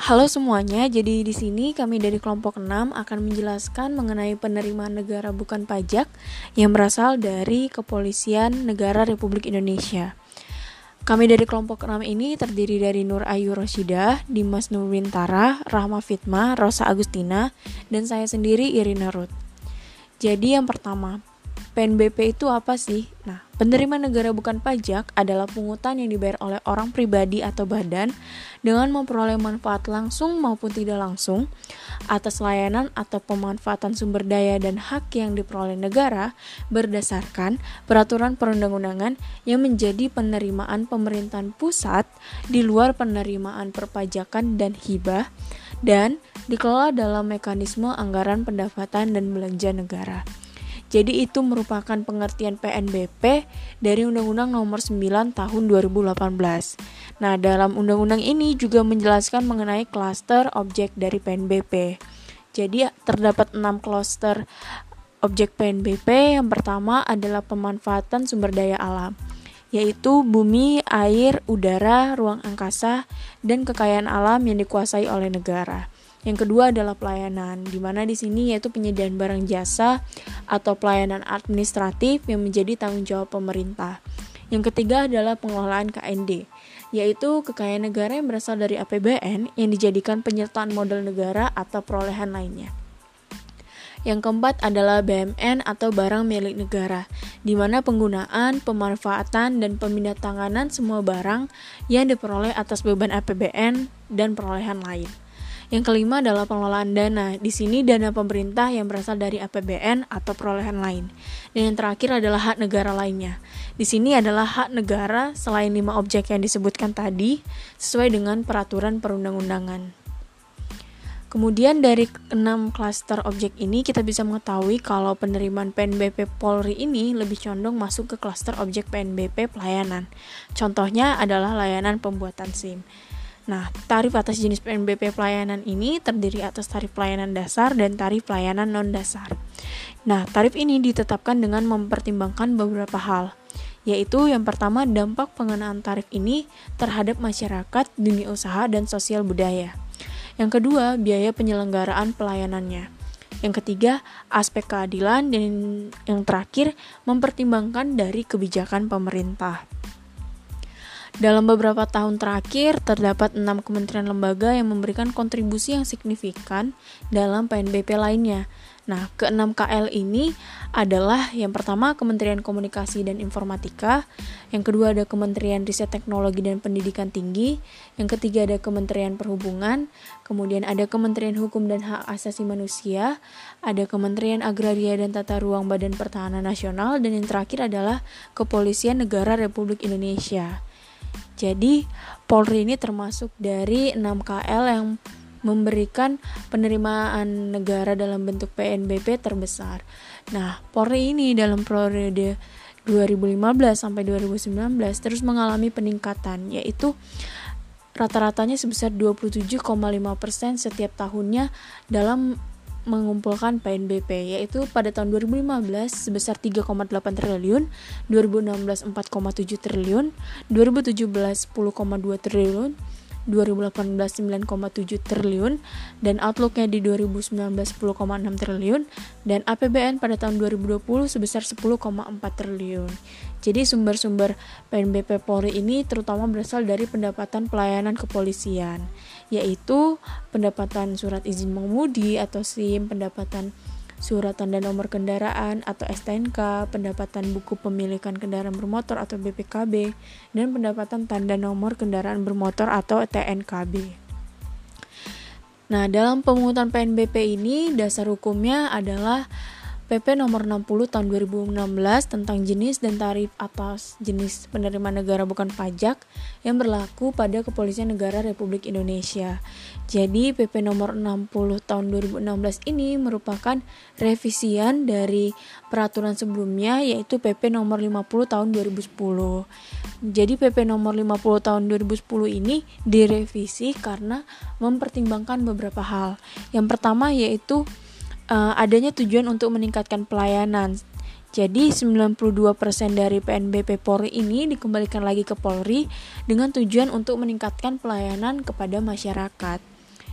Halo semuanya, jadi di sini kami dari kelompok 6 akan menjelaskan mengenai penerimaan negara bukan pajak yang berasal dari Kepolisian Negara Republik Indonesia. Kami dari kelompok 6 ini terdiri dari Nur Ayu Rosyidah, Dimas Nurwintara, Rahma Fitma, Rosa Agustina, dan saya sendiri Irina Ruth. Jadi yang pertama, PNBP itu apa sih? Nah, penerimaan negara bukan pajak adalah pungutan yang dibayar oleh orang pribadi atau badan dengan memperoleh manfaat langsung maupun tidak langsung atas layanan atau pemanfaatan sumber daya dan hak yang diperoleh negara berdasarkan peraturan perundang-undangan yang menjadi penerimaan pemerintahan pusat di luar penerimaan perpajakan dan hibah dan dikelola dalam mekanisme anggaran pendapatan dan belanja negara. Jadi itu merupakan pengertian PNBP dari Undang-Undang Nomor 9 Tahun 2018. Nah, dalam undang-undang ini juga menjelaskan mengenai klaster objek dari PNBP. Jadi terdapat 6 klaster objek PNBP. Yang pertama adalah pemanfaatan sumber daya alam, yaitu bumi, air, udara, ruang angkasa, dan kekayaan alam yang dikuasai oleh negara. Yang kedua adalah pelayanan, di mana di sini yaitu penyediaan barang jasa atau pelayanan administratif yang menjadi tanggung jawab pemerintah. Yang ketiga adalah pengelolaan KND, yaitu kekayaan negara yang berasal dari APBN yang dijadikan penyertaan modal negara atau perolehan lainnya. Yang keempat adalah BMN atau barang milik negara, di mana penggunaan, pemanfaatan, dan pemindahantanganan semua barang yang diperoleh atas beban APBN dan perolehan lain. Yang kelima adalah pengelolaan dana. Di sini dana pemerintah yang berasal dari APBN atau perolehan lain. Dan yang terakhir adalah hak negara lainnya. Di sini adalah hak negara selain 5 objek yang disebutkan tadi sesuai dengan peraturan perundang-undangan. Kemudian dari 6 klaster objek ini kita bisa mengetahui kalau penerimaan PNBP Polri ini lebih condong masuk ke klaster objek PNBP pelayanan. Contohnya adalah layanan pembuatan SIM. Nah, tarif atas jenis PNBP pelayanan ini terdiri atas tarif pelayanan dasar dan tarif pelayanan non-dasar. Nah, tarif ini ditetapkan dengan mempertimbangkan beberapa hal, yaitu yang pertama dampak pengenaan tarif ini terhadap masyarakat, dunia usaha, dan sosial budaya. Yang kedua, biaya penyelenggaraan pelayanannya. Yang ketiga, aspek keadilan, dan yang terakhir, mempertimbangkan dari kebijakan pemerintah. Dalam beberapa tahun terakhir, terdapat 6 kementerian lembaga yang memberikan kontribusi yang signifikan dalam PNBP lainnya. Nah, ke-6 KL ini adalah yang pertama Kementerian Komunikasi dan Informatika, yang kedua ada Kementerian Riset Teknologi dan Pendidikan Tinggi, yang ketiga ada Kementerian Perhubungan, kemudian ada Kementerian Hukum dan Hak Asasi Manusia, ada Kementerian Agraria dan Tata Ruang Badan Pertahanan Nasional, dan yang terakhir adalah Kepolisian Negara Republik Indonesia. Jadi, Polri ini termasuk dari 6 KL yang memberikan penerimaan negara dalam bentuk PNBP terbesar. Nah, Polri ini dalam periode 2015 sampai 2019 terus mengalami peningkatan, yaitu rata-ratanya sebesar 27,5% setiap tahunnya dalam mengumpulkan PNBP, yaitu pada tahun 2015 sebesar 3,8 triliun, 2016 4,7 triliun, 2017 10,2 triliun, 2018 9,7 triliun, dan outlooknya di 2019 10,6 triliun, dan APBN pada tahun 2020 sebesar 10,4 triliun. Jadi sumber-sumber PNBP Polri ini terutama berasal dari pendapatan pelayanan kepolisian, yaitu pendapatan surat izin mengemudi atau SIM, pendapatan surat tanda nomor kendaraan atau STNK, pendapatan buku pemilikan kendaraan bermotor atau BPKB, dan pendapatan tanda nomor kendaraan bermotor atau TNKB. Nah, dalam pemungutan PNBP ini dasar hukumnya adalah PP nomor 60 tahun 2016 tentang jenis dan tarif atas jenis penerimaan negara bukan pajak yang berlaku pada Kepolisian Negara Republik Indonesia. Jadi PP nomor 60 tahun 2016 ini merupakan revisian dari peraturan sebelumnya, yaitu PP nomor 50 tahun 2010. Jadi PP nomor 50 tahun 2010 ini direvisi karena mempertimbangkan beberapa hal. Yang pertama yaitu adanya tujuan untuk meningkatkan pelayanan. Jadi 92% dari PNBP Polri ini dikembalikan lagi ke Polri dengan tujuan untuk meningkatkan pelayanan kepada masyarakat.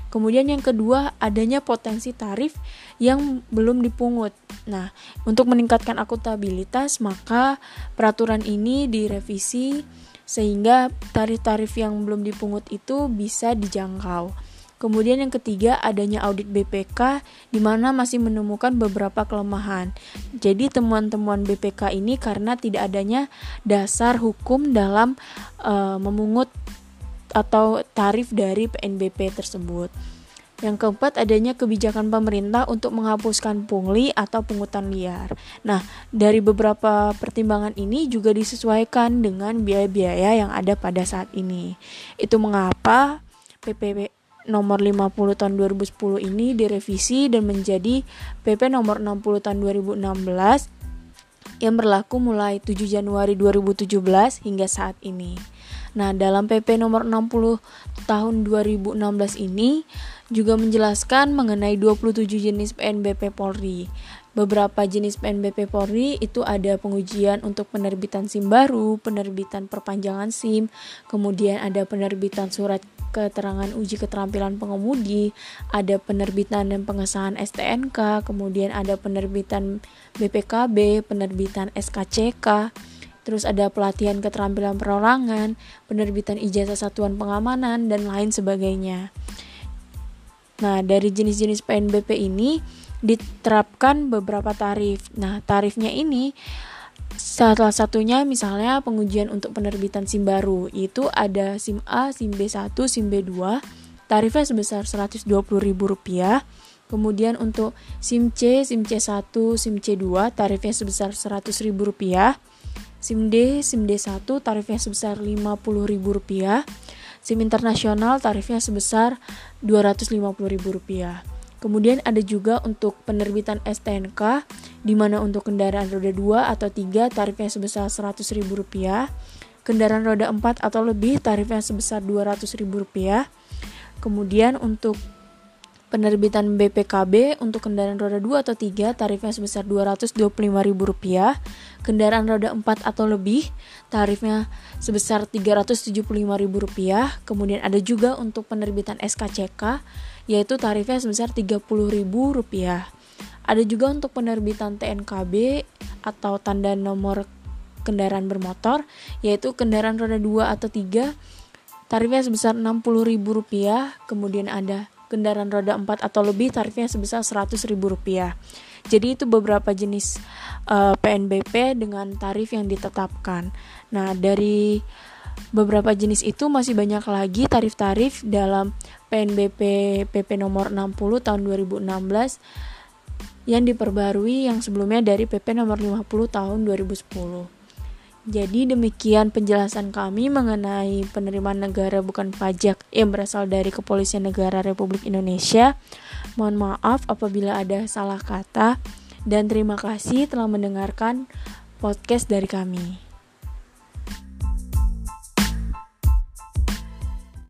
Kemudian yang kedua, adanya potensi tarif yang belum dipungut. Nah, untuk meningkatkan akuntabilitas, maka peraturan ini direvisi sehingga tarif-tarif yang belum dipungut itu bisa dijangkau. Kemudian yang ketiga, adanya audit BPK di mana masih menemukan beberapa kelemahan. Jadi temuan-temuan BPK ini karena tidak adanya dasar hukum dalam memungut atau tarif dari PNBP tersebut. Yang keempat, adanya kebijakan pemerintah untuk menghapuskan pungli atau pungutan liar. Nah, dari beberapa pertimbangan ini juga disesuaikan dengan biaya-biaya yang ada pada saat ini. Itu mengapa PP nomor 50 tahun 2010 ini direvisi dan menjadi PP nomor 60 tahun 2016 yang berlaku mulai 7 Januari 2017 hingga saat ini. Nah, dalam PP nomor 60 tahun 2016 ini juga menjelaskan mengenai 27 jenis PNBP Polri. Beberapa jenis PNBP Polri itu ada pengujian untuk penerbitan SIM baru, penerbitan perpanjangan SIM, kemudian ada penerbitan surat keterangan uji keterampilan pengemudi, ada penerbitan dan pengesahan STNK, kemudian ada penerbitan BPKB, penerbitan SKCK, terus ada pelatihan keterampilan perorangan, penerbitan ijazah satuan pengamanan, dan lain sebagainya. Nah, dari jenis-jenis PNBP ini diterapkan beberapa tarif. Nah, tarifnya ini salah satunya misalnya pengujian untuk penerbitan SIM baru. Itu ada SIM A, SIM B1, SIM B2, tarifnya sebesar Rp120.000. Kemudian untuk SIM C, SIM C1, SIM C2, tarifnya sebesar Rp100.000. SIM D, SIM D1 tarifnya sebesar Rp50.000. SIM internasional tarifnya sebesar Rp250.000. Kemudian ada juga untuk penerbitan STNK, di mana untuk kendaraan roda 2 atau 3 tarifnya sebesar Rp100.000. Kendaraan roda 4 atau lebih tarifnya sebesar Rp200.000. Kemudian untuk penerbitan BPKB untuk kendaraan roda 2 atau 3 tarifnya sebesar Rp225.000. Kendaraan roda 4 atau lebih tarifnya sebesar Rp375.000. Kemudian ada juga untuk penerbitan SKCK yaitu tarifnya sebesar Rp30.000. Ada juga untuk penerbitan TNKB atau tanda nomor kendaraan bermotor yaitu kendaraan roda 2 atau 3 tarifnya sebesar Rp60.000. Kemudian ada kendaraan roda 4 atau lebih tarifnya sebesar Rp100.000. Jadi itu beberapa jenis PNBP dengan tarif yang ditetapkan. Nah, dari beberapa jenis itu masih banyak lagi tarif-tarif dalam PNBP PP nomor 60 tahun 2016 yang diperbarui yang sebelumnya dari PP nomor 50 tahun 2010. Jadi demikian penjelasan kami mengenai penerimaan negara bukan pajak yang berasal dari Kepolisian Negara Republik Indonesia. Mohon maaf apabila ada salah kata dan terima kasih telah mendengarkan podcast dari kami.